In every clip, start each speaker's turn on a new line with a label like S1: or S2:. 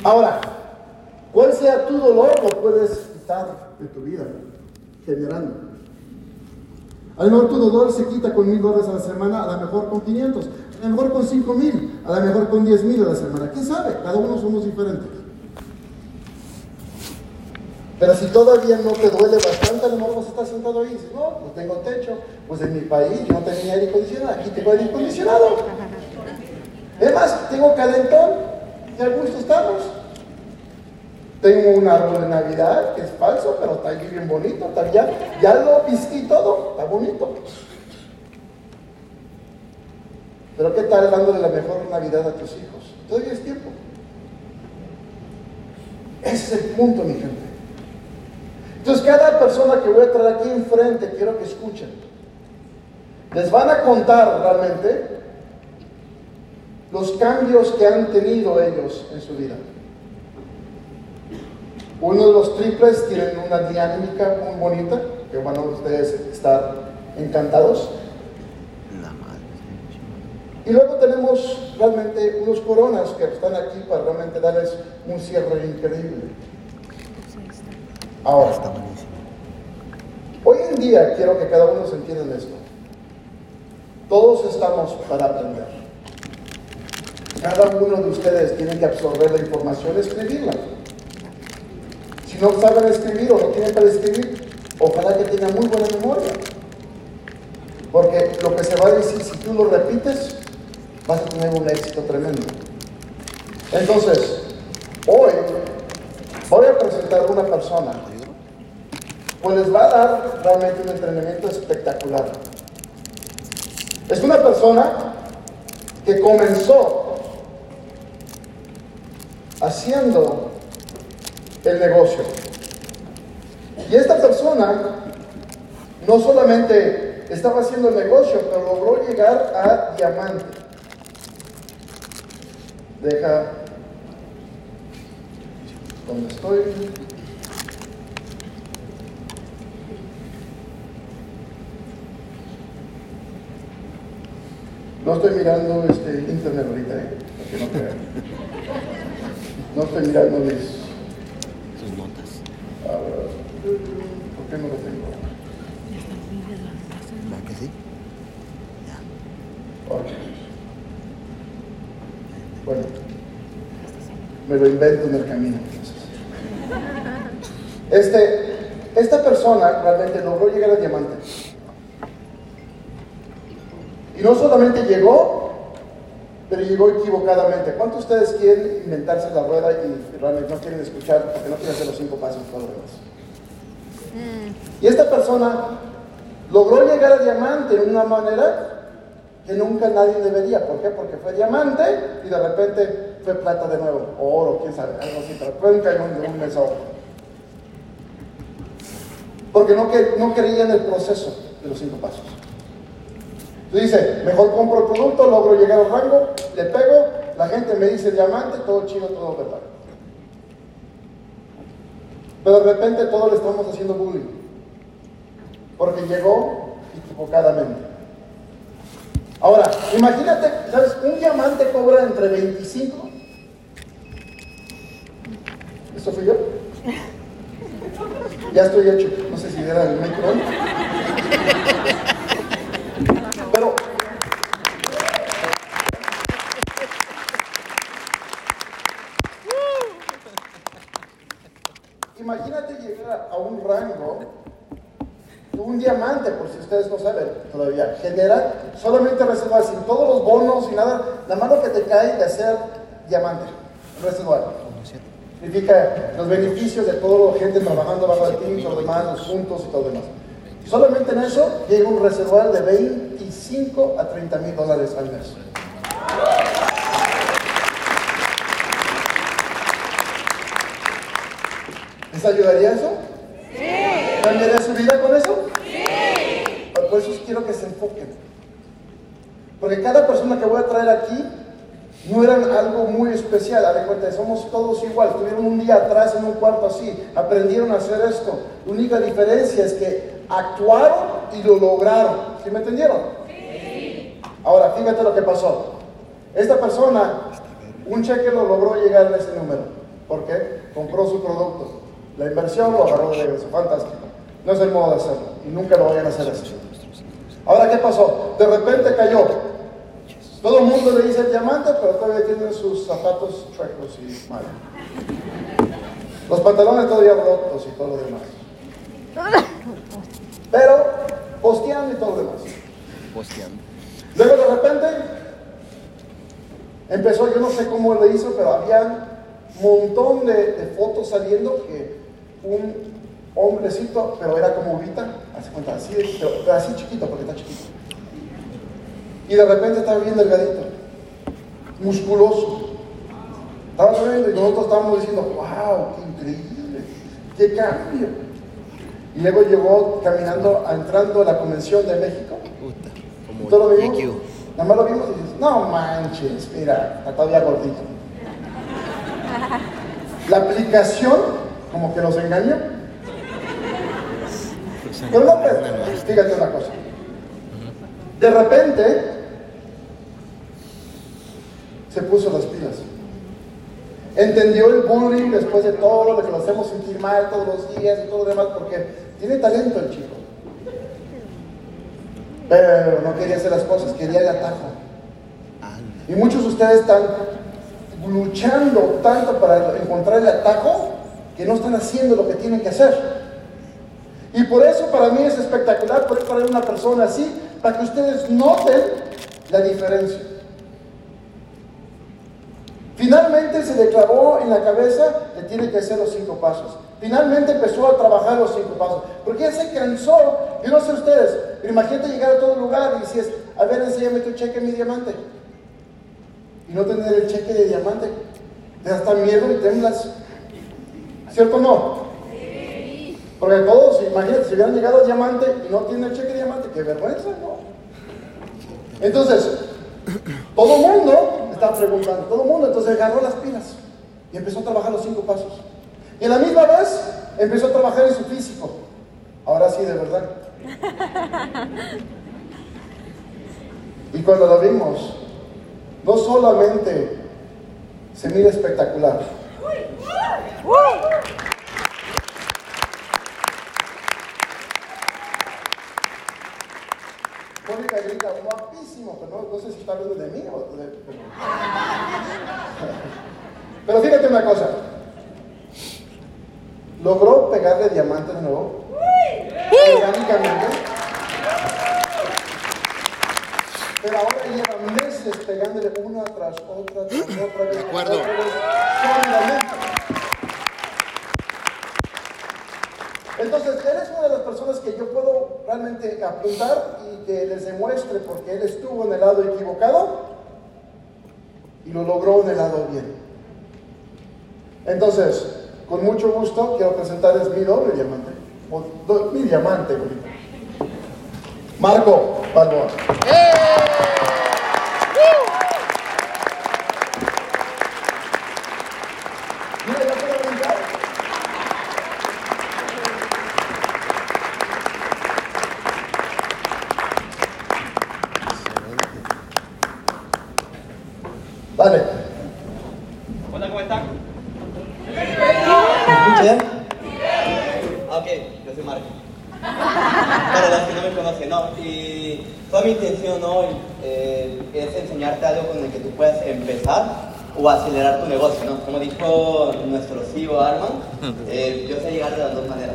S1: Ahora, cuál sea tu dolor, lo puedes quitar de tu vida, generando. A lo mejor tu dolor se quita con $1,000 a la semana, a lo mejor con 500, a lo mejor con 5,000, a lo mejor con 10,000 a la semana. ¿Quién sabe? Cada uno somos diferentes. Pero si todavía no te duele bastante, a lo mejor vas a estar sentado ahí y dices, no tengo techo, pues en mi país yo no tenía aire acondicionado, aquí tengo aire acondicionado. Además, tengo calentón, y a gusto estamos. Tengo un árbol de Navidad que es falso, pero está aquí bien bonito, ya lo vistí todo, está bonito. Pero ¿qué tal dándole la mejor Navidad a tus hijos? Todavía es tiempo. Ese es el punto, mi gente. Entonces, cada persona que voy a traer aquí enfrente, quiero que escuchen. Les van a contar realmente los cambios que han tenido ellos en su vida. Uno de los triples tienen una dinámica muy bonita, que van a ustedes estar encantados. Y luego tenemos realmente unos coronas que están aquí para realmente darles un cierre increíble. Ahora, hoy en día quiero que cada uno se entienda esto. Todos estamos para aprender. Cada uno de ustedes tiene que absorber la información y escribirla. Si no saben escribir o no tienen para escribir, ojalá que tengan muy buena memoria. Porque lo que se va a decir, si tú lo repites, vas a tener un éxito tremendo. Entonces, hoy voy a presentar a una persona, pues les va a dar realmente un entrenamiento espectacular. Es una persona que comenzó haciendo el negocio. Y esta persona no solamente estaba haciendo el negocio, pero logró llegar a diamante. Deja donde estoy. No estoy mirando internet ahorita, porque no crean. No estoy mirando
S2: sus notas.
S1: A ver, ¿por qué no lo tengo?
S2: ¿Verdad que sí? Ya.
S1: Ok. Bueno, me lo invento en el camino. Esta persona realmente logró llegar a diamante. Y no solamente llegó, pero llegó equivocadamente. ¿Cuántos de ustedes quieren inventarse la rueda y realmente no quieren escuchar, porque no quieren hacer los 5 pasos y todo lo demás? Y esta persona logró llegar a diamante de una manera que nunca nadie debería. ¿Por qué? Porque fue diamante y de repente fue plata de nuevo, o oro, quién sabe, algo así, pero fue un cañón de un mes a otro. Porque no creía en el proceso de los 5 pasos. Entonces dice, mejor compro el producto, logro llegar al rango, le pego, la gente me dice diamante, todo chido, todo verdad. Pero de repente todos le estamos haciendo bullying, porque llegó equivocadamente. Ahora, imagínate, ¿sabes? Un diamante cobra entre 25. ¿Esto fui yo? Ya estoy hecho, no sé si era el micro. Pero imagínate llegar a un rango, un diamante, por si ustedes no saben todavía, genera solamente residual, sin todos los bonos y nada más lo que te cae de hacer diamante, residual. Significa los beneficios de toda la gente trabajando bajo el team, los demás, los puntos y todo lo demás. Solamente en eso llega un residual de 25 a 30 mil dólares al mes. ¿Les ayudaría eso? Sí. ¿Cambiaría su vida con eso? Sí. Por eso quiero que se enfoquen. Porque cada persona que voy a traer aquí no eran algo muy especial. A ver, cuenta, somos todos igual. Tuvieron un día atrás en un cuarto así, aprendieron a hacer esto. La única diferencia es que actuaron y lo lograron. ¿Sí me entendieron? Sí. Ahora, fíjate lo que pasó. Esta persona, un cheque lo logró llegar a ese número. compró su producto. La inversión lo agarró de regreso, fantástico. No es el modo de hacerlo y nunca lo vayan a hacer así. Ahora, ¿qué pasó? De repente cayó. Todo el mundo le dice el diamante, pero todavía tienen sus zapatos chuecos y mal. Los pantalones todavía rotos y todo lo demás. Pero posteando y todo lo demás.
S2: Posteando.
S1: Luego de repente empezó, yo no sé cómo lo hizo, pero había un montón de fotos saliendo que un hombrecito, pero era como Ubita, hace cuenta, así, pero así chiquito, porque está chiquito. Y de repente estaba bien delgadito, musculoso. Estaba viendo y nosotros estábamos diciendo, wow, qué increíble, qué cambio. Y luego llegó caminando, entrando a la convención de México.
S2: Como
S1: Y todo lo vimos,
S2: GQ.
S1: nada más lo vimos y dices, no manches, mira, está todavía gordito. La aplicación como que nos engañó. Pero no, pero, fíjate una cosa. De repente se puso las pilas. Entendió el bullying después de todo lo que lo hacemos sentir mal todos los días y todo lo demás, porque tiene talento el chico. Pero no quería hacer las cosas, quería el atajo. Y muchos de ustedes están luchando tanto para encontrar el atajo que no están haciendo lo que tienen que hacer. Y por eso para mí es espectacular poder traer una persona así, para que ustedes noten la diferencia. Finalmente se le clavó en la cabeza que tiene que hacer los 5 pasos. Finalmente empezó a trabajar los 5 pasos. Porque ya se cansó. Yo no sé ustedes, pero imagínate llegar a todo lugar y decías, a ver, enséñame tu cheque, mi diamante. Y no tener el cheque de diamante. Te da hasta miedo y temblas. ¿Cierto o no? Sí. Porque todos, imagínate, si hubieran llegado al diamante y no tienen el cheque de diamante, qué vergüenza, ¿no? Entonces, todo el mundo estaba preguntando, todo el mundo, entonces agarró las pilas y empezó a trabajar los 5 pasos. Y a la misma vez empezó a trabajar en su físico. Ahora sí, de verdad. Y cuando lo vimos, no solamente se mira espectacular. Mónica grita, guapísimo, pero no sé si está hablando de mí o de... Pero fíjate una cosa. Logró pegarle diamante de nuevo. Orgánicamente. Pero ahora lleva meses pegándole una tras otra,
S2: De acuerdo.
S1: Sólidamente. Entonces, él es una de las personas que yo puedo realmente apuntar y que les demuestre porque él estuvo en el lado equivocado y lo logró en el lado bien. Entonces, con mucho gusto quiero presentarles mi doble diamante, mi diamante, bonito. Marco Balboa. Mira, ¿ya puedo brincar? Vale.
S3: Hola, ¿cómo están?
S1: ¿Me escucha ya?
S3: Ok, yo soy Marco. Para los que no me conocen, ¿no? Y toda mi intención hoy es enseñarte algo con el que tú puedas empezar o acelerar tu negocio, ¿no? Como dijo nuestro CEO Arman, yo sé llegar de las dos maneras.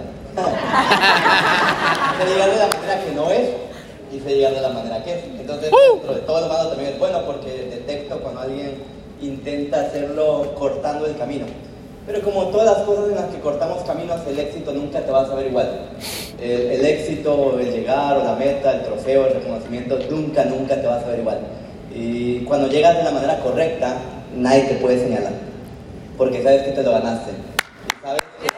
S3: Sé llegar de la manera que no es y sé llegar de la manera que es. Entonces, dentro de todo lo malo también es bueno porque detecto cuando alguien intenta hacerlo cortando el camino. Pero como todas las cosas en las que cortamos caminos, el éxito nunca te va a saber igual. El éxito, el llegar o la meta, el trofeo, el reconocimiento, nunca te va a saber igual. Y cuando llegas de la manera correcta, nadie te puede señalar. Porque sabes que te lo ganaste. Sabes que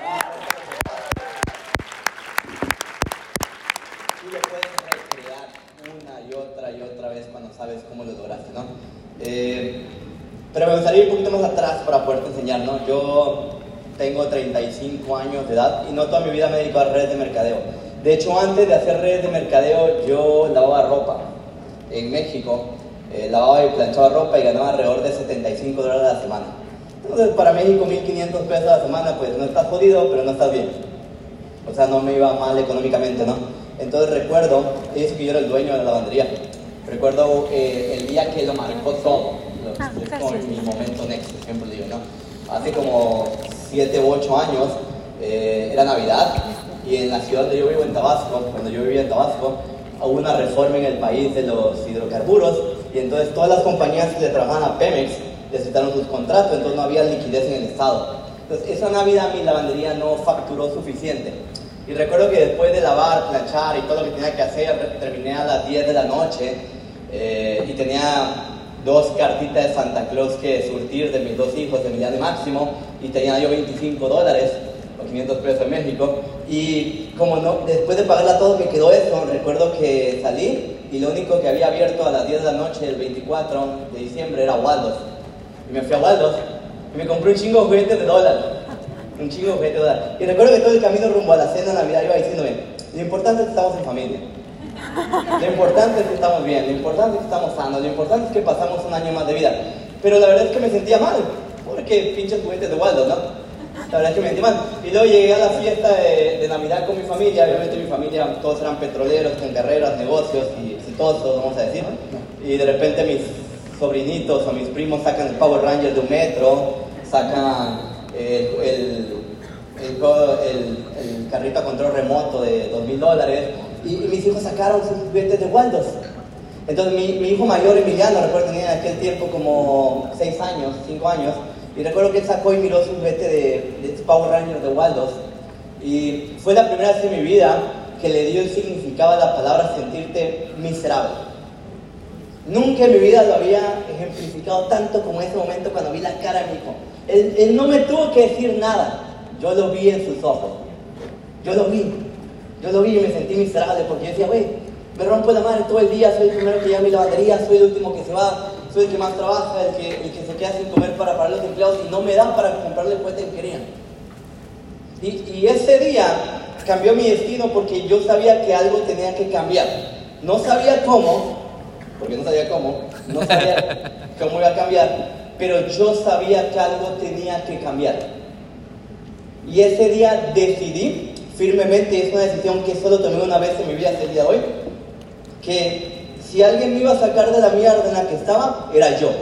S3: tú lo puedes recrear una y otra vez cuando sabes cómo lo lograste, ¿no? Pero me gustaría ir un poquito más atrás para poderte enseñar, ¿no? Yo tengo 35 años de edad y no toda mi vida me he dedicado a redes de mercadeo. De hecho, antes de hacer redes de mercadeo, yo lavaba ropa en México. Lavaba y planchaba ropa y ganaba alrededor de $75 a la semana. Entonces, para México, 1.500 pesos a la semana, pues no estás jodido, pero no estás bien. O sea, no me iba mal económicamente, ¿no? Entonces recuerdo, es que yo era el dueño de la lavandería. Recuerdo el día que lo marcó todo. Es como mi momento next, siempre digo, ¿no? Hace como 7 u 8 años, era Navidad, y en la ciudad donde yo vivo, en Tabasco, cuando yo vivía en Tabasco, hubo una reforma en el país de los hidrocarburos, y entonces todas las compañías que le trabajaban a Pemex les quitaron sus contratos, entonces no había liquidez en el estado. Entonces esa Navidad mi lavandería no facturó suficiente. Y recuerdo que después de lavar, planchar y todo lo que tenía que hacer, terminé a las 10 de la noche y tenía 2 cartitas de Santa Claus que surtir de mis 2 hijos, Emiliano y Máximo, y tenía yo $25 o 500 pesos en México. Y como no, después de pagarla todo me quedó eso. Recuerdo que salí y lo único que había abierto a las 10 de la noche del 24 de diciembre era Waldos. Y me fui a Waldos y me compré un chingo de juguetes de dólar. Un chingo de juguetes de dólar. Y recuerdo que todo el camino rumbo a la cena de Navidad iba diciéndome, lo importante es que estamos en familia. Lo importante es que estamos bien, lo importante es que estamos sanos, lo importante es que pasamos un año más de vida. Pero la verdad es que me sentía mal, porque pinches juguetes de Waldo, ¿no? La verdad es que me sentí mal. Y luego llegué a la fiesta de Navidad con mi familia. Obviamente mi familia, todos eran petroleros, con carreras, negocios y exitosos, vamos a decir. Y de repente mis sobrinitos o mis primos sacan el Power Ranger de 1 metro, sacan el carrito a control remoto de $2,000, y mis hijos sacaron sus juguetes de Waldos. Entonces mi hijo mayor, Emiliano, recuerdo que tenía en aquel tiempo como 6 años, 5 años, y recuerdo que él sacó y miró su juguete de Power Rangers de Waldos, y fue la primera vez en mi vida que le dio el significado a la palabra sentirte miserable. Nunca en mi vida lo había ejemplificado tanto como en ese momento cuando vi la cara de mi hijo. Él no me tuvo que decir nada, yo lo vi en sus ojos. Yo lo vi y me sentí miserable porque yo decía, güey, me rompo la madre todo el día, soy el primero que llega a mi lavandería, soy el último que se va, soy el que más trabaja, el que se queda sin comer para pagar los empleados y no me dan para comprarle el cohete que querían. Y ese día cambió mi destino porque yo sabía que algo tenía que cambiar. No sabía cómo, no sabía cómo iba a cambiar, pero yo sabía que algo tenía que cambiar. Y ese día decidí firmemente, y es una decisión que solo tomé una vez en mi vida hasta el día de hoy, que si alguien me iba a sacar de la mierda en la que estaba, era yo.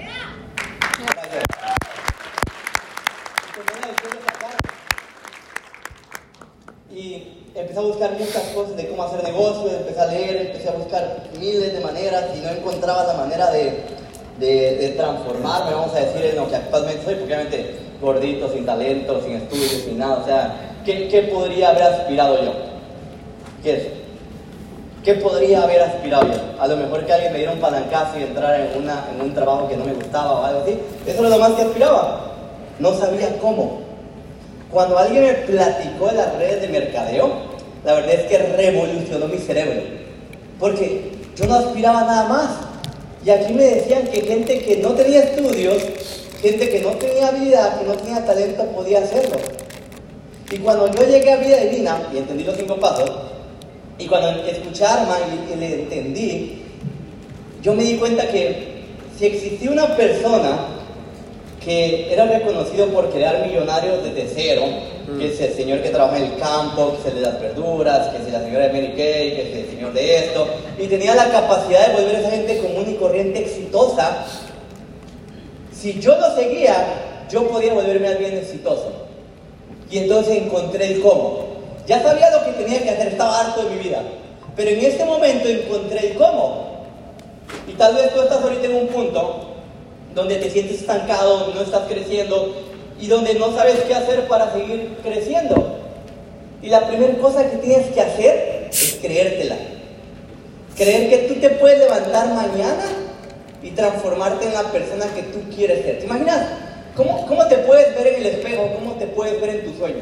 S3: Y empecé a buscar muchas cosas de cómo hacer negocios, empecé a leer, empecé a buscar miles de maneras y no encontraba la manera de transformarme, vamos a decir, en lo que actualmente soy, porque obviamente gordito, sin talento, sin estudios, sin nada, o sea, ¿qué podría haber aspirado yo? ¿Qué es? ¿Qué podría haber aspirado yo? A lo mejor que alguien me diera un palancazo y entrara en un trabajo que no me gustaba o algo así. Eso era lo más que aspiraba. No sabía cómo. Cuando alguien me platicó de las redes de mercadeo, la verdad es que revolucionó mi cerebro. Porque yo no aspiraba a nada más. Y aquí me decían que gente que no tenía estudios, gente que no tenía habilidad, que no tenía talento, podía hacerlo. Y cuando yo llegué a Vida Divina y entendí los 5 pasos, y cuando escuché a Arma y le entendí, yo me di cuenta que si existía una persona que era reconocido por crear millonarios desde cero, que es el señor que trabaja en el campo, que es el de las verduras, que es la señora de Mary Kay, que es el señor de esto, y tenía la capacidad de volver a esa gente común y corriente exitosa, si yo lo seguía, yo podía volverme alguien exitoso. Y entonces encontré el cómo. Ya sabía lo que tenía que hacer, estaba harto de mi vida. Pero en este momento encontré el cómo. Y tal vez tú estás ahorita en un punto donde te sientes estancado, no estás creciendo y donde no sabes qué hacer para seguir creciendo. Y la primera cosa que tienes que hacer es creértela. Creer que tú te puedes levantar mañana y transformarte en la persona que tú quieres ser. ¿Te imaginas? ¿Cómo te puedes ver en el espejo? ¿Cómo te puedes ver en tus sueños?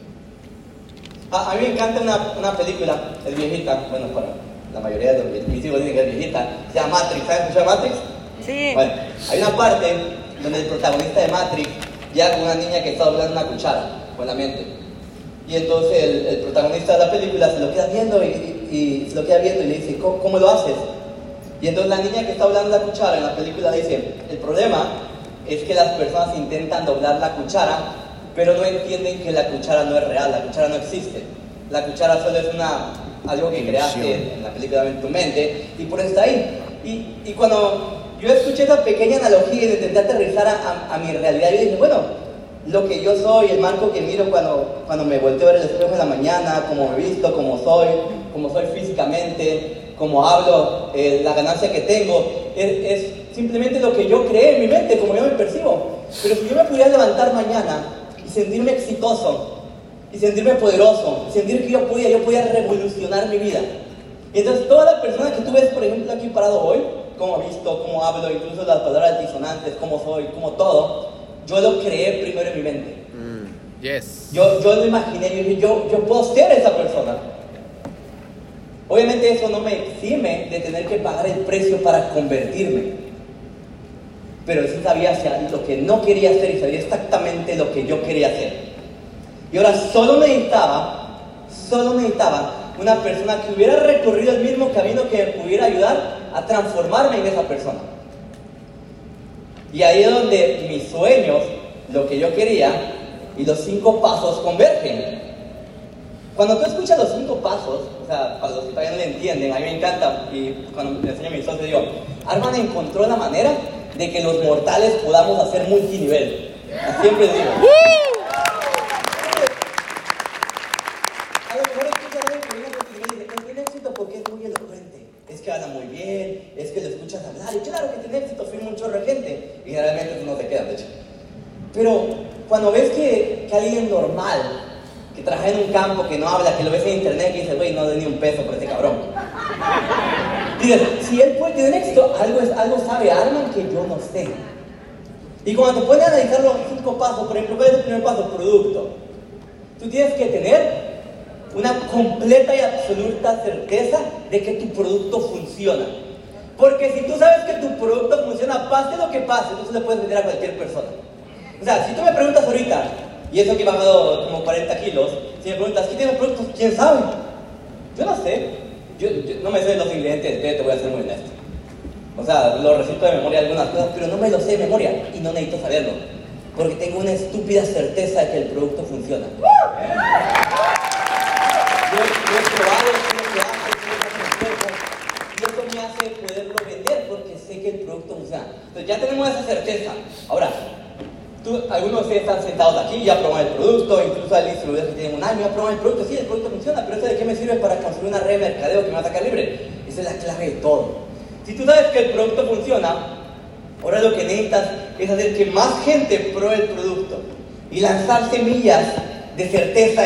S3: A mí me encanta una película, es viejita, bueno, para la mayoría de mis hijos dicen que es viejita, se llama Matrix. ¿Sabes escuchar Matrix?
S4: Sí.
S3: Bueno, hay una parte donde el protagonista de Matrix llega con una niña que está doblando una cuchara con la mente. Y entonces el protagonista de la película se lo queda viendo y se lo queda viendo y le dice, ¿cómo lo haces? Y entonces la niña que está doblando la cuchara en la película dice, el problema es que las personas intentan doblar la cuchara, pero no entienden que la cuchara no es real, la cuchara no existe. La cuchara solo es algo que creaste en la película en tu mente, y por eso está ahí. Y cuando yo escuché esa pequeña analogía y intenté aterrizar a mi realidad, yo dije, bueno, lo que yo soy, el marco que miro cuando me volteo a ver el espejo en la mañana, cómo me visto, cómo soy físicamente, cómo hablo, la ganancia que tengo, es simplemente lo que yo creé en mi mente, como yo me percibo. Pero si yo me pudiera levantar mañana y sentirme exitoso, y sentirme poderoso, y sentir que yo podía revolucionar mi vida. Y entonces toda la persona que tú ves, por ejemplo, aquí parado hoy, cómo visto, cómo hablo, incluso las palabras disonantes, cómo soy, cómo todo, yo lo creé primero en mi mente.
S2: Yes.
S3: Yo lo imaginé, yo puedo ser esa persona. Obviamente eso no me exime de tener que pagar el precio para convertirme. Pero sí sabía hacia lo que no quería hacer y sabía exactamente lo que yo quería hacer. Y ahora solo necesitaba una persona que hubiera recorrido el mismo camino que me pudiera ayudar a transformarme en esa persona. Y ahí es donde mis sueños, lo que yo quería, y los 5 pasos convergen. Cuando tú escuchas los 5 pasos, o sea, para los que todavía no le entienden, a mí me encanta, y cuando me enseña mi socio digo, Arman encontró la manera de que los mortales podamos hacer multinivel. Siempre digo. A lo mejor escuchas algo que viene a multinivel y dice, tiene éxito porque es muy elocuente, es que habla muy bien, es que lo escuchas hablar, y claro que tiene éxito, firma un chorro de gente, y generalmente eso no te queda, de hecho. Pero cuando ves que alguien normal, que trabaja en un campo, que no habla, que lo ves en internet, que dices, güey, no doy ni un peso por este cabrón. Dices, si él puede tener éxito, algo sabe Arman que yo no sé. Y cuando te pones a analizar los 5 pasos, por ejemplo, ¿cuál es el primer paso? Producto. Tú tienes que tener una completa y absoluta certeza de que tu producto funciona. Porque si tú sabes que tu producto funciona, pase lo que pase, tú se lo puedes vender a cualquier persona. O sea, si tú me preguntas ahorita, y eso que he bajado como 40 kilos, si me preguntas, ¿qué tiene productos? ¿Quién sabe? Yo no sé. Yo no me sé los ingredientes, te voy a ser muy honesto. O sea, lo recito de memoria algunas cosas, pero no me lo sé de memoria y no necesito saberlo. Porque tengo una estúpida certeza de que el producto funciona. Yo he probado, sé lo que hace, sé lo que hace, y eso me hace poderlo vender porque sé que el producto funciona. Entonces ya tenemos esa certeza. Ahora, algunos de ustedes están sentados aquí, ya proban el producto, incluso hay distribuidores que tienen un año, ya proban el producto, sí, el producto funciona, pero ¿eso de qué me sirve para construir una red de mercadeo que me va a sacar libre? Esa es la clave de todo. Si tú sabes que el producto funciona, ahora lo que necesitas es hacer que más gente pruebe el producto y lanzar semillas de certeza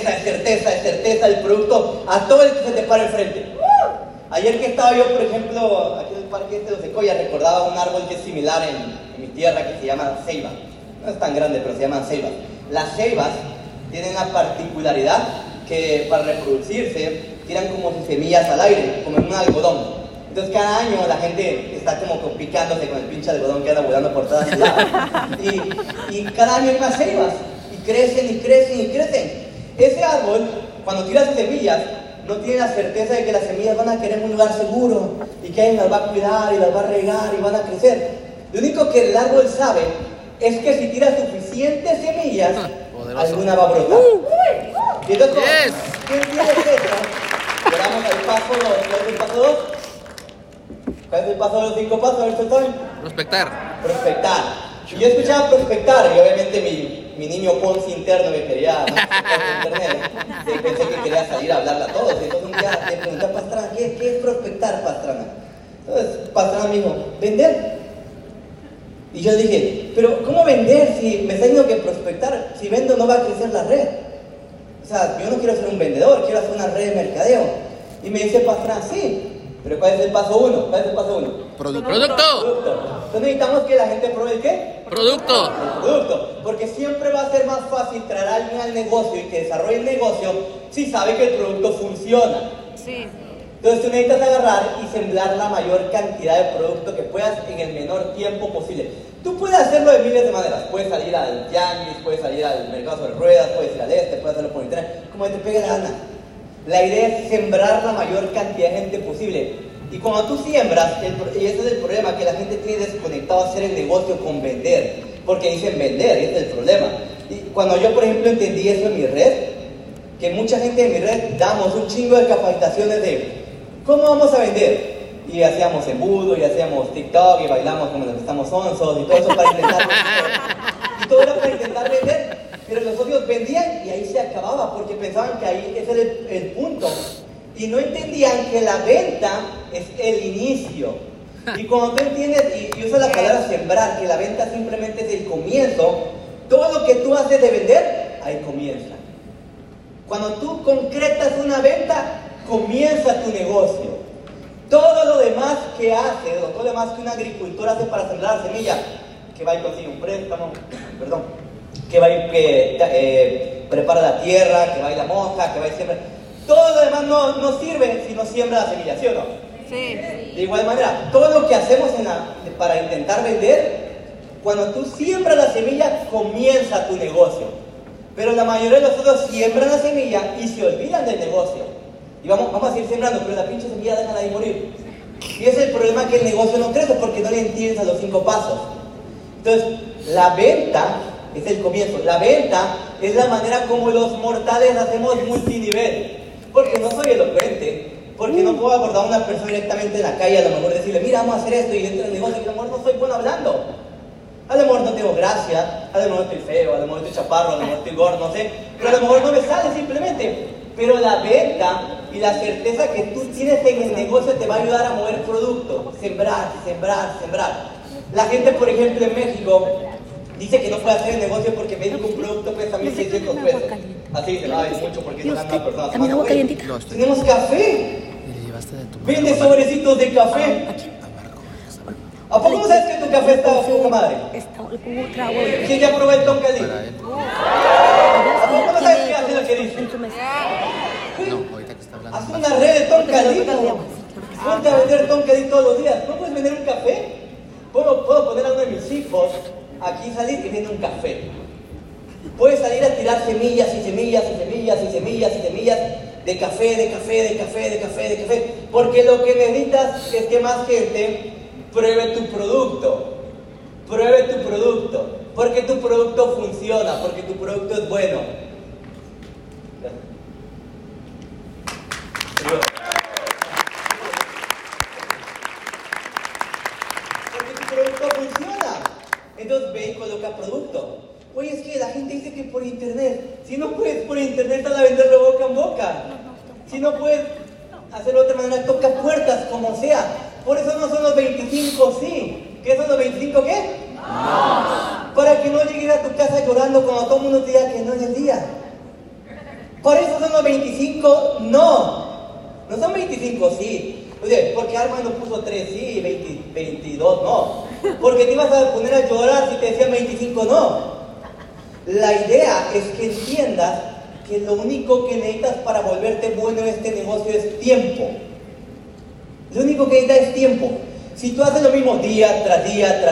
S3: del producto a todo el que se te para enfrente. Ayer que estaba yo, por ejemplo, aquí en el parque de los Secoya, recordaba un árbol que es similar en mi tierra que se llama ceiba. No es tan grande, pero se llaman ceibas. Las ceibas tienen la particularidad que para reproducirse tiran como sus semillas al aire, como en un algodón. Entonces cada año la gente está como picándose con el pinche algodón que anda volando por todas lados. Y cada año hay más ceibas. Y crecen. Ese árbol, cuando tira sus semillas, no tiene la certeza de que las semillas van a querer en un lugar seguro y que alguien las va a cuidar y las va a regar y van a crecer. Lo único que el árbol sabe es que si tira suficientes semillas, alguna va a brotar. Y entonces, ¿quién tiene eso? Llegamos al paso 2. ¿Cuál es el paso 2? ¿Cuál es el paso de los 5 pasos? A ver,
S2: Prospectar.
S3: Y yo escuchaba prospectar, y obviamente mi niño Ponzi interno que quería internet, pensé que quería salir a hablarle a todos. Entonces un día le pregunté a Pastrana, ¿qué es prospectar, Pastrana? Entonces Pastrana me dijo, vender. Y yo dije, pero ¿cómo vender si me está diciendo que prospectar? Si vendo no va a crecer la red. O sea, yo no quiero ser un vendedor, quiero hacer una red de mercadeo. Y me dice Pastrana, sí. Pero ¿cuál es el paso 1?
S2: Producto.
S3: Entonces necesitamos que la gente pruebe ¿el qué?
S2: Producto.
S3: El producto. Porque siempre va a ser más fácil traer a alguien al negocio y que desarrolle el negocio si sabe que el producto funciona.
S4: Sí.
S3: Entonces tú necesitas agarrar y sembrar la mayor cantidad de producto que puedas en el menor tiempo posible. Tú puedes hacerlo de miles de maneras. Puedes salir al tianguis, puedes salir al mercado sobre ruedas, puedes ir al puedes hacerlo por internet, como te pegue la gana. La idea es sembrar la mayor cantidad de gente posible. Y cuando tú siembras, y ese es el problema, que la gente tiene desconectado a hacer el negocio con vender, porque dicen vender, y ese es el problema. Y cuando yo, por ejemplo, entendí eso en mi red, que mucha gente en mi red damos un chingo de capacitaciones de cómo vamos a vender. Y hacíamos embudo, y hacíamos TikTok, y bailamos como los que estamos onzos, y todo eso para intentar vender. Y todo era para intentar vender, pero los socios vendían y ahí se acababa, porque pensaban que ahí ese era el punto. Y no entendían que la venta es el inicio. Y cuando tú entiendes, y uso la palabra sembrar, que la venta simplemente es el comienzo, todo lo que tú haces de vender, ahí comienza. Cuando tú concretas una venta, comienza tu negocio. Todo lo demás que hace, o todo lo demás que un agricultor hace para sembrar la semilla, que va y consigue un préstamo, que va y prepara la tierra, que va y la moja, que va y siembra. Todo lo demás no sirve si no siembra la semilla, ¿sí o no?
S4: Sí.
S3: De igual manera, todo lo que hacemos para intentar vender, cuando tú siembras la semilla, comienza tu negocio. Pero la mayoría de nosotros siembran la semilla y se olvidan del negocio. Y vamos a seguir sembrando, pero la pinche semilla déjala ahí morir. Y ese es el problema, que el negocio no crece porque no le entiendes a los 5 pasos. Entonces, la venta es el comienzo. La venta es la manera como los mortales hacemos multinivel. Porque no soy elocuente, porque no puedo abordar a una persona directamente en la calle, a lo mejor decirle, mira, vamos a hacer esto, y dentro del negocio, que a lo mejor no soy bueno hablando. A lo mejor no tengo gracia, a lo mejor estoy feo, a lo mejor estoy chaparro, a lo mejor estoy gordo, no sé, pero a lo mejor no me sale simplemente. Pero la venta y la certeza que tú tienes en el negocio te va a ayudar a mover producto, sembrar. La gente, por ejemplo, en México dice que no puede hacer el negocio porque México un producto cuesta 1,600 pesos. Así dice, no, es mucho porque no ganan personas.
S4: ¿También agua calientita?
S3: Tenemos café. Vende sobrecitos de café. ¿A poco no sabes que tu café está poca madre? ¿Quién ya probó el toncadí? ¿A poco no sabes qué hace lo que dice?
S2: No, ahorita que está hablando.
S3: Haz una red de toncadí. Ponte a vender toncadí todos los días. ¿No puedes vender un café? Puedo poner a uno de mis hijos aquí salir y vende un café. Puedes salir a tirar semillas y semillas y semillas y semillas y semillas de café, porque lo que necesitas es que más gente pruebe tu producto, porque tu producto funciona, porque tu producto es bueno. Porque tu producto funciona. Entonces ve y coloca producto. Oye, es que la gente dice que por internet. Si no puedes por internet, a venderlo boca en boca. Si no puedes hacerlo de otra manera, toca puertas, como sea. Por eso no son los 25 sí. ¿Qué son los 25 qué? No. Para que no llegues a tu casa llorando cuando todo el mundo te diga que no en el día. Por eso son los 25 no. No son 25 sí. Oye, porque Armando puso 3 sí y 22 no. Porque te ibas a poner a llorar si te decían 25 no. La idea es que entiendas que lo único que necesitas para volverte bueno en este negocio es tiempo. Lo único que necesitas es tiempo. Si tú haces lo mismo día tras día,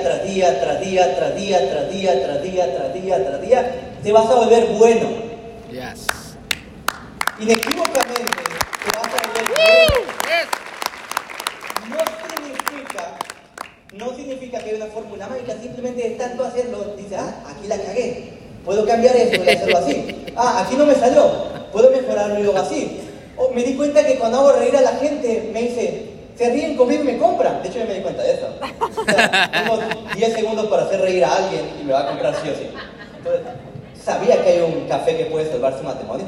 S3: te vas a volver bueno.
S2: Yes.
S3: Inequívocamente te vas a volver bueno. No significa que hay una fórmula mágica, simplemente de tanto hacerlo, dice, aquí la cagué, puedo cambiar esto y hacerlo así. Aquí no me salió, puedo mejorarlo y luego así. Me di cuenta que cuando hago reír a la gente, me dice, se ríen conmigo y me compran. De hecho, yo me di cuenta de eso. O sea, tengo 10 segundos para hacer reír a alguien y me va a comprar sí o sí. Entonces, ¿sabía que hay un café que puede salvar su matrimonio?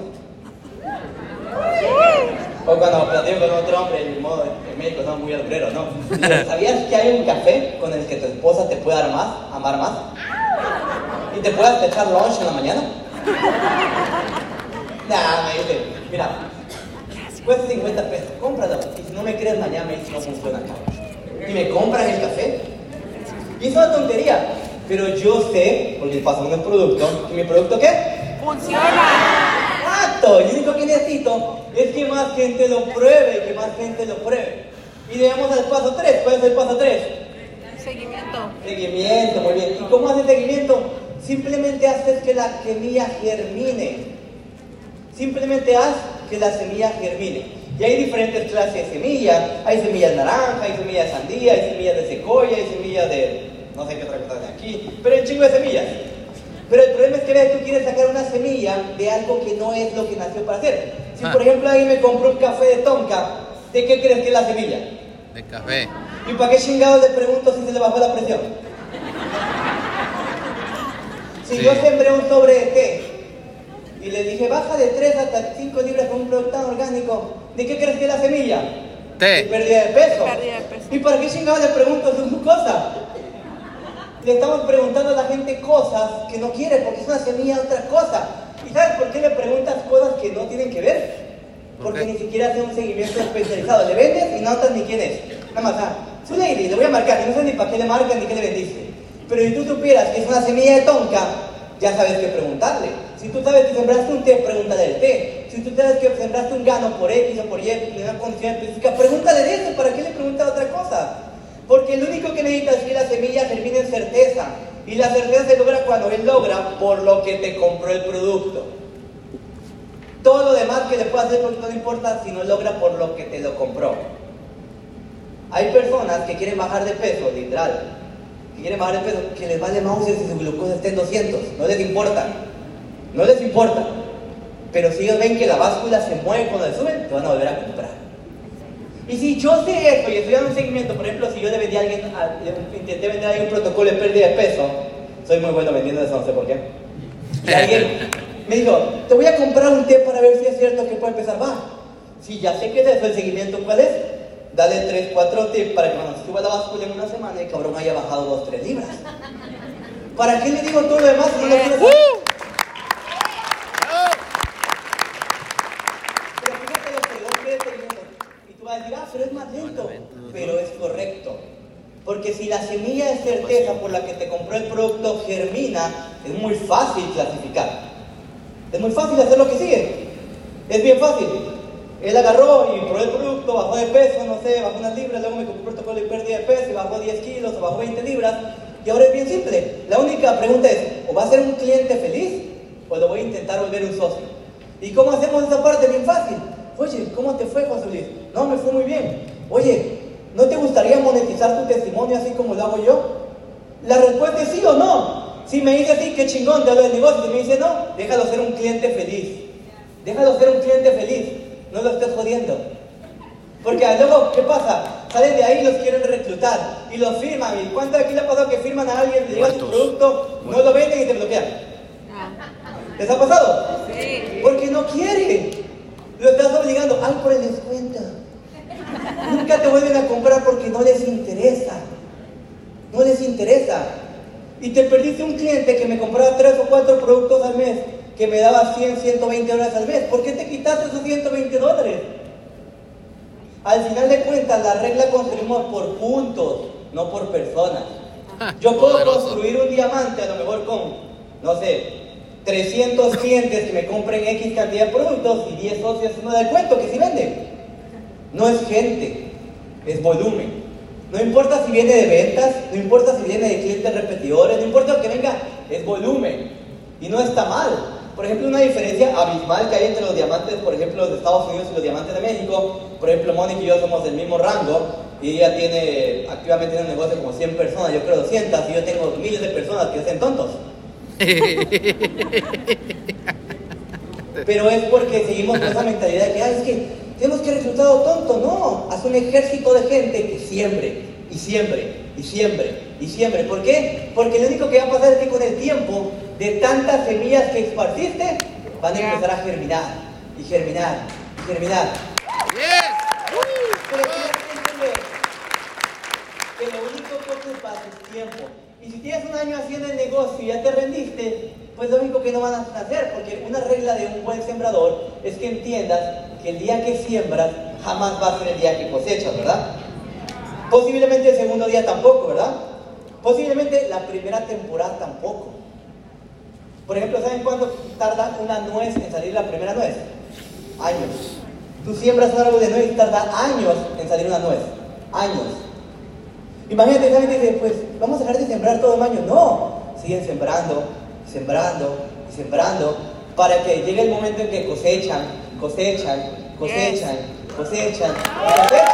S3: O cuando platico con otro hombre, en modo en México somos muy albureros, ¿no? ¿Sabías que hay un café con el que tu esposa te puede amar más? ¿Y te puedas echar lunch en la mañana? Me dice, mira, cuesta 50 pesos, cómpralo. Y si no me crees mañana me dice, no funciona acá. Y me compran el café. Y es una tontería, pero yo sé, porque pasamos el producto, ¿y mi producto qué?
S4: ¡Funciona!
S3: Exacto, lo único que necesito es que más gente lo pruebe, que más gente lo pruebe. Y llegamos al paso 3. ¿Cuál es el paso 3?
S4: Seguimiento.
S3: Seguimiento, muy bien. ¿Y cómo haces seguimiento? Simplemente haces que la semilla germine. Simplemente haz que la semilla germine. Y hay diferentes clases de semillas. Hay semillas naranja, hay semillas de sandía, hay semillas de secoya, hay semillas de... no sé qué otra cosa de aquí, pero hay un chingo de semillas. Pero el problema es que tú quieres sacar una semilla de algo que no es lo que nació para hacer. Si por ejemplo alguien me compró un café de tonka, ¿de qué crees que es la semilla?
S2: De café.
S3: ¿Y para qué chingados le pregunto si se le bajó la presión? Si
S2: Sí.
S3: yo sembré un sobre de té y le dije baja de 3 hasta 5 libras con un producto tan orgánico, ¿de qué crees que es la semilla?
S2: Té.
S3: De pérdida de peso.
S4: Pérdida de peso.
S3: ¿Y para qué chingados le pregunto su cosa? Le estamos preguntando a la gente cosas que no quiere porque es una semilla de otra cosa. ¿Y sabes por qué le preguntas cosas que no tienen que ver? Porque ni siquiera hace un seguimiento especializado. Le vendes y no notas ni quién es. Nada más, su lady, le voy a marcar, y no sé ni para qué le marcan ni qué le vendiste. Pero si tú supieras que es una semilla de tonka, ya sabes qué preguntarle. Si tú sabes que sembraste un té, pregúntale del té. Si tú sabes que sembraste un gano por X o por Y, en una condición específica, pregúntale de eso. ¿Para qué le preguntas otra cosa? Porque lo único que necesitas es que la semilla termine en certeza. Y la certeza se logra cuando él logra por lo que te compró el producto. Todo lo demás que le pueda hacer no importa si no logra por lo que te lo compró. Hay personas que quieren bajar de peso, literal. Que quieren bajar de peso, que les vale Mauser si su glucosa está en 200. No les importa. No les importa. Pero si ellos ven que la báscula se mueve cuando le suben, te van a volver a comprar. Y si yo sé esto y estoy dando un seguimiento, por ejemplo, si yo le vendí a alguien, intenté vender a alguien un protocolo de pérdida de peso, soy muy bueno vendiendo eso, no sé por qué. Y alguien me dijo, te voy a comprar un té para ver si es cierto que puede empezar. Va, si ya sé que es eso, el seguimiento, ¿cuál es? Dale 3, 4 tips para que cuando suba la báscula en una semana, el cabrón haya bajado 2, 3 libras. ¿Para qué le digo todo lo demás si no lo quiero saber? Pero fíjate lo que el hombre está diciendo. Y tú vas a decir, pero es más lento. Pero es correcto. Porque si la semilla de certeza por la que te compró el producto germina, es muy fácil clasificar. Es muy fácil hacer lo que sigue. Es bien fácil. Él agarró y probó el producto, bajó de peso, no sé, bajó unas libras, luego me compró un protocolo de pérdida de peso y bajó 10 kilos o bajó 20 libras. Y ahora es bien simple. La única pregunta es, ¿o va a ser un cliente feliz o lo voy a intentar volver un socio? ¿Y cómo hacemos esa parte? Bien fácil. Oye, ¿cómo te fue, José Luis? No, me fue muy bien. Oye, ¿no te gustaría monetizar tu testimonio así como lo hago yo? La respuesta es sí o no. Si me dice así, qué chingón, te hablo del negocio. Si me dice no, déjalo ser un cliente feliz. Déjalo ser un cliente feliz. No lo estés jodiendo. Porque luego, ¿qué pasa? Salen de ahí y los quieren reclutar. Y los firman. ¿Y cuánto de aquí le ha pasado que firman a alguien, le llega su producto, no lo venden y te bloquean? ¿Les ha pasado?
S4: Sí.
S3: Porque no quiere. Lo estás obligando. Ay, por el descuento. Nunca te vuelven a comprar porque no les interesa. No les interesa. Y te perdiste un cliente que me compraba 3 o 4 productos al mes, que me daba 100, 120 dólares al mes. ¿Por qué te quitaste esos 120 dólares? Al final de cuentas, la regla construimos por puntos, no por personas. Yo puedo
S2: Poderoso.
S3: construir un diamante a lo mejor con, no sé, 300 clientes que me compren X cantidad de productos y 10 socios no da el cuento que si venden. No es gente, es volumen. No importa si viene de ventas, no importa si viene de clientes repetidores, no importa lo que venga, es volumen. Y no está mal. Por ejemplo, una diferencia abismal que hay entre los diamantes, por ejemplo, de Estados Unidos y los diamantes de México. Por ejemplo, Mónica y yo somos del mismo rango y ella tiene activamente en un negocio como 100 personas, yo creo 200, y yo tengo miles de personas que hacen tontos. Pero es porque seguimos con esa mentalidad de que, es que tenemos que reclutar a tonto. No, haz un ejército de gente que siembre, y siembre, y siembre, y siembre. ¿Por qué? Porque lo único que va a pasar es que con el tiempo, de tantas semillas que esparciste, van a empezar a germinar, y germinar, y germinar. Pero tienes que entender que lo único que ocupas es tiempo. Y si tienes un año haciendo el negocio y ya te rendiste, pues lo único que no van a hacer, porque una regla de un buen sembrador es que entiendas que el día que siembras jamás va a ser el día que cosechas, ¿verdad? Posiblemente el segundo día tampoco, ¿verdad? Posiblemente la primera temporada tampoco. Por ejemplo, ¿saben cuánto tarda una nuez en salir la primera nuez? Años. Tú siembras un árbol de nuez y tarda años en salir una nuez. Años. Imagínate, ¿saben? Dice, pues vamos a dejar de sembrar todo el año. No, siguen sembrando, sembrando, sembrando, para que llegue el momento en que cosechan, cosechan, cosechan, cosechan y cosechan.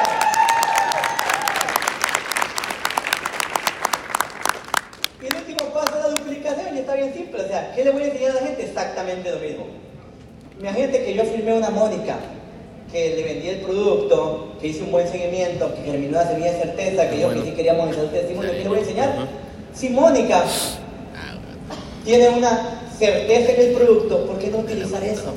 S3: Y el último paso es la duplicación y está bien simple. O sea, ¿qué le voy a enseñar a la gente? Exactamente lo mismo. Imagínate que yo firmé una Mónica, que le vendí el producto, que hice un buen seguimiento, que germinó la semilla de certeza, que yo que sí quería monetizar el testimonio. ¿Qué le voy a enseñar? Si Mónica tiene una certeza en el producto, ¿por qué no utilizar eso?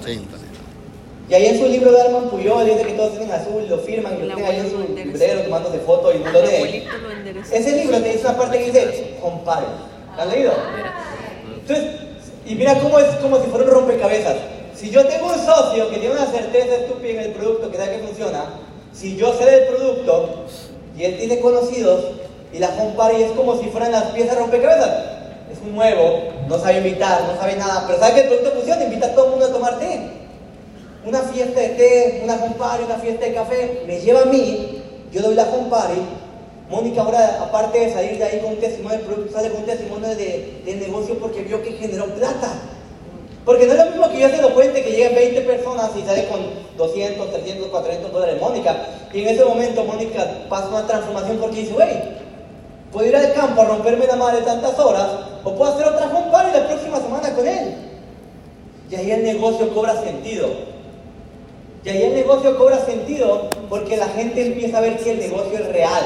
S3: Y ahí en su libro de Arman Puyol dice que todos tienen azul, lo firman y lo tienen ahí en su librero tomándose fotos y no lo leen. Ese libro te dice una parte que dice, compare. ¿Lo has leído? Entonces, y mira cómo es como si fuera un rompecabezas. Si yo tengo un socio que tiene una certeza estúpida en el producto, que sabe que funciona, si yo sé del producto y él tiene conocidos y la compare, es como si fueran las piezas de rompecabezas. Es un nuevo, no sabe invitar, no sabe nada, pero sabe que el producto funciona, invita a todo el mundo a tomar té. Una fiesta de té, una compare, una fiesta de café, me lleva a mí, yo doy la compare. Mónica ahora, aparte de salir de ahí con un testimonio del producto, sale con un testimonio de negocio porque vio que generó plata. Porque no es lo mismo que yo se lo cuente que lleguen 20 personas y sale con 200, 300, 400 dólares Mónica. Y en ese momento Mónica pasa una transformación porque dice, güey, puedo ir al campo a romperme la madre tantas horas, o puedo hacer otra compare la próxima semana con él. Y ahí el negocio cobra sentido. Y ahí el negocio cobra sentido porque la gente empieza a ver que el negocio es real.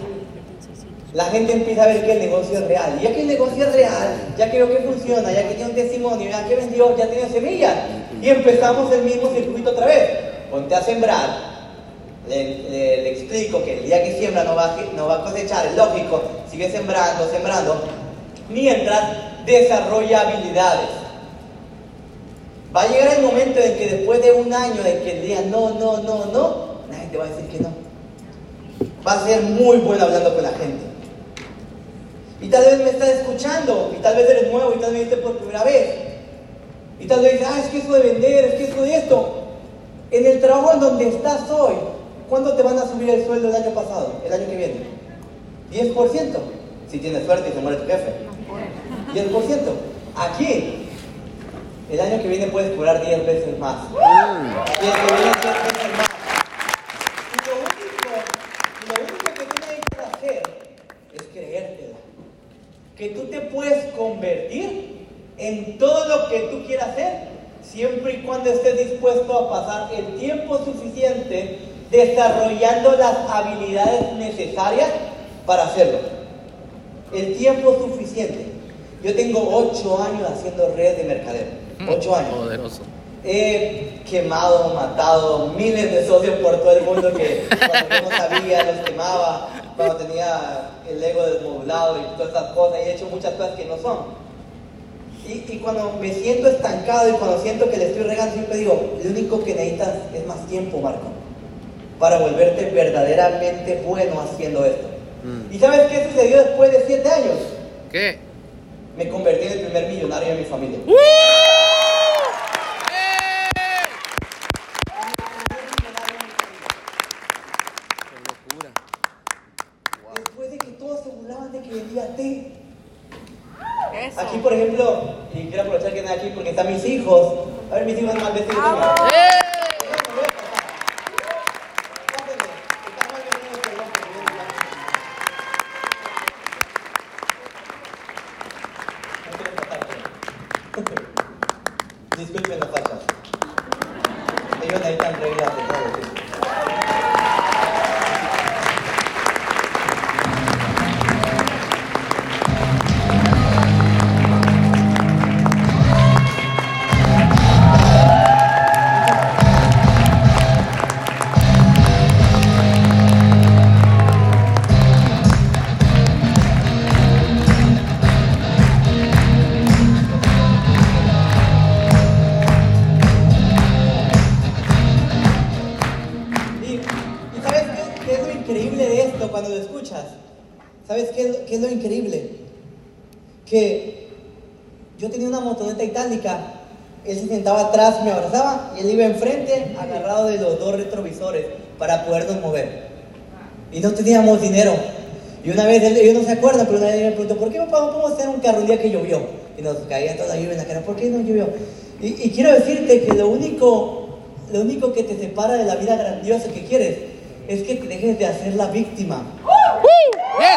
S3: La gente empieza a ver que el negocio es real. Y ya que el negocio es real, ya que veo que funciona, ya que tiene un testimonio, ya que vendió, ya tiene semillas. Y empezamos el mismo circuito otra vez. Ponte a sembrar. Le explico que el día que siembra no va a cosechar, es lógico. Sigue sembrando, mientras desarrolla habilidades. Va a llegar el momento en que después de un año de que él diga no, la gente va a decir que no. Va a ser muy bueno hablando con la gente. Y tal vez me estás escuchando, y tal vez eres nuevo, y tal vez viste por primera vez. Y tal vez dices, es que eso de vender, es que eso de esto. En el trabajo en donde estás hoy, ¿cuándo te van a subir el sueldo el año pasado, el año que viene? 10%, si tienes suerte y se muere tu jefe. 10%. Aquí, el año que viene puedes cobrar 10 veces más. Y el que viene 10 veces más. Y lo único que tú necesitas hacer es creértelo. Que tú te puedes convertir en todo lo que tú quieras hacer, siempre y cuando estés dispuesto a pasar el tiempo suficiente desarrollando las habilidades necesarias para hacerlo. El tiempo suficiente. Yo tengo 8 años haciendo redes de mercadeo. 8 años.
S2: Poderoso.
S3: He quemado, matado miles de socios por todo el mundo que cuando yo no sabía los quemaba, cuando tenía el ego desmodelado y todas esas cosas, y he hecho muchas cosas que no son. Y cuando me siento estancado y cuando siento que le estoy regando, siempre digo, lo único que necesitas es más tiempo, Marco, para volverte verdaderamente bueno haciendo esto. ¿Y sabes qué sucedió después de 7 años?
S2: ¿Qué?
S3: Me convertí en el primer millonario de mi familia. Después de que todos se burlaban de que vendía té.
S4: Eso.
S3: Aquí, por ejemplo, y quiero aprovechar que están aquí porque están mis hijos. A ver, mis hijos más vestidos que yo. Disculpen las fachas. Ellos necesitan reglas de todo. Cuando lo escuchas, ¿sabes qué es lo increíble? Que yo tenía una motoneta itálica, él se sentaba atrás, me abrazaba y él iba enfrente agarrado de los 2 retrovisores para podernos mover. Y no teníamos dinero. Y una vez, ellos no se acuerdan, pero una vez me preguntó, ¿por qué papá no podemos hacer un carro el día que llovió? Y nos caía toda la lluvia en la cara, ¿por qué no llovió? Y quiero decirte que lo único lo único que te separa de la vida grandiosa que quieres es que te dejes de hacer la víctima.
S2: Yes.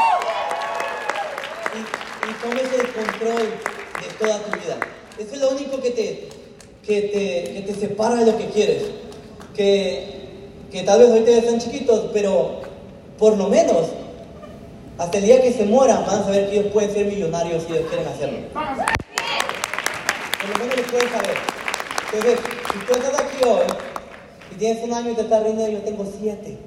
S3: Y tomes el control de toda tu vida. Eso es lo único que te separa de lo que quieres. Que tal vez ahorita ya están chiquitos, pero por lo menos hasta el día que se mueran van a saber que ellos pueden ser millonarios si ellos quieren hacerlo. Por lo menos lo pueden saber. Entonces, si tú estás aquí hoy y tienes un año y te estás riendo, yo tengo 7.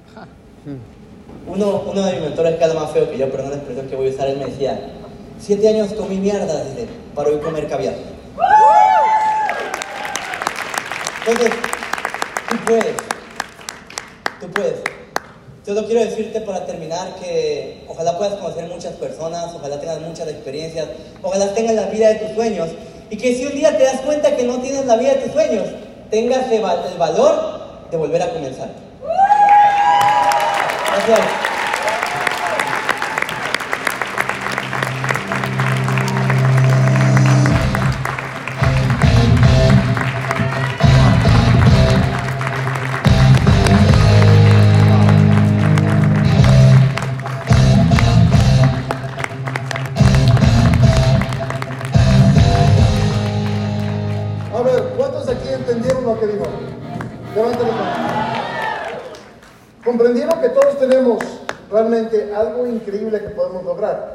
S3: Uno de mis mentores, que es lo más feo que yo, perdón la expresión que voy a usar, él me decía: 7 años comí mierda, dice, para hoy comer caviar. Entonces, tú puedes. Solo quiero decirte para terminar que ojalá puedas conocer muchas personas, ojalá tengas muchas experiencias, ojalá tengas la vida de tus sueños, y que si un día te das cuenta que no tienes la vida de tus sueños, tengas el valor de volver a comenzar. Gracias.
S1: A ver, ¿cuántos de aquí entendieron lo que dijo? Levanten la mano. ¿Comprendieron que todos tenemos realmente algo increíble que podemos lograr?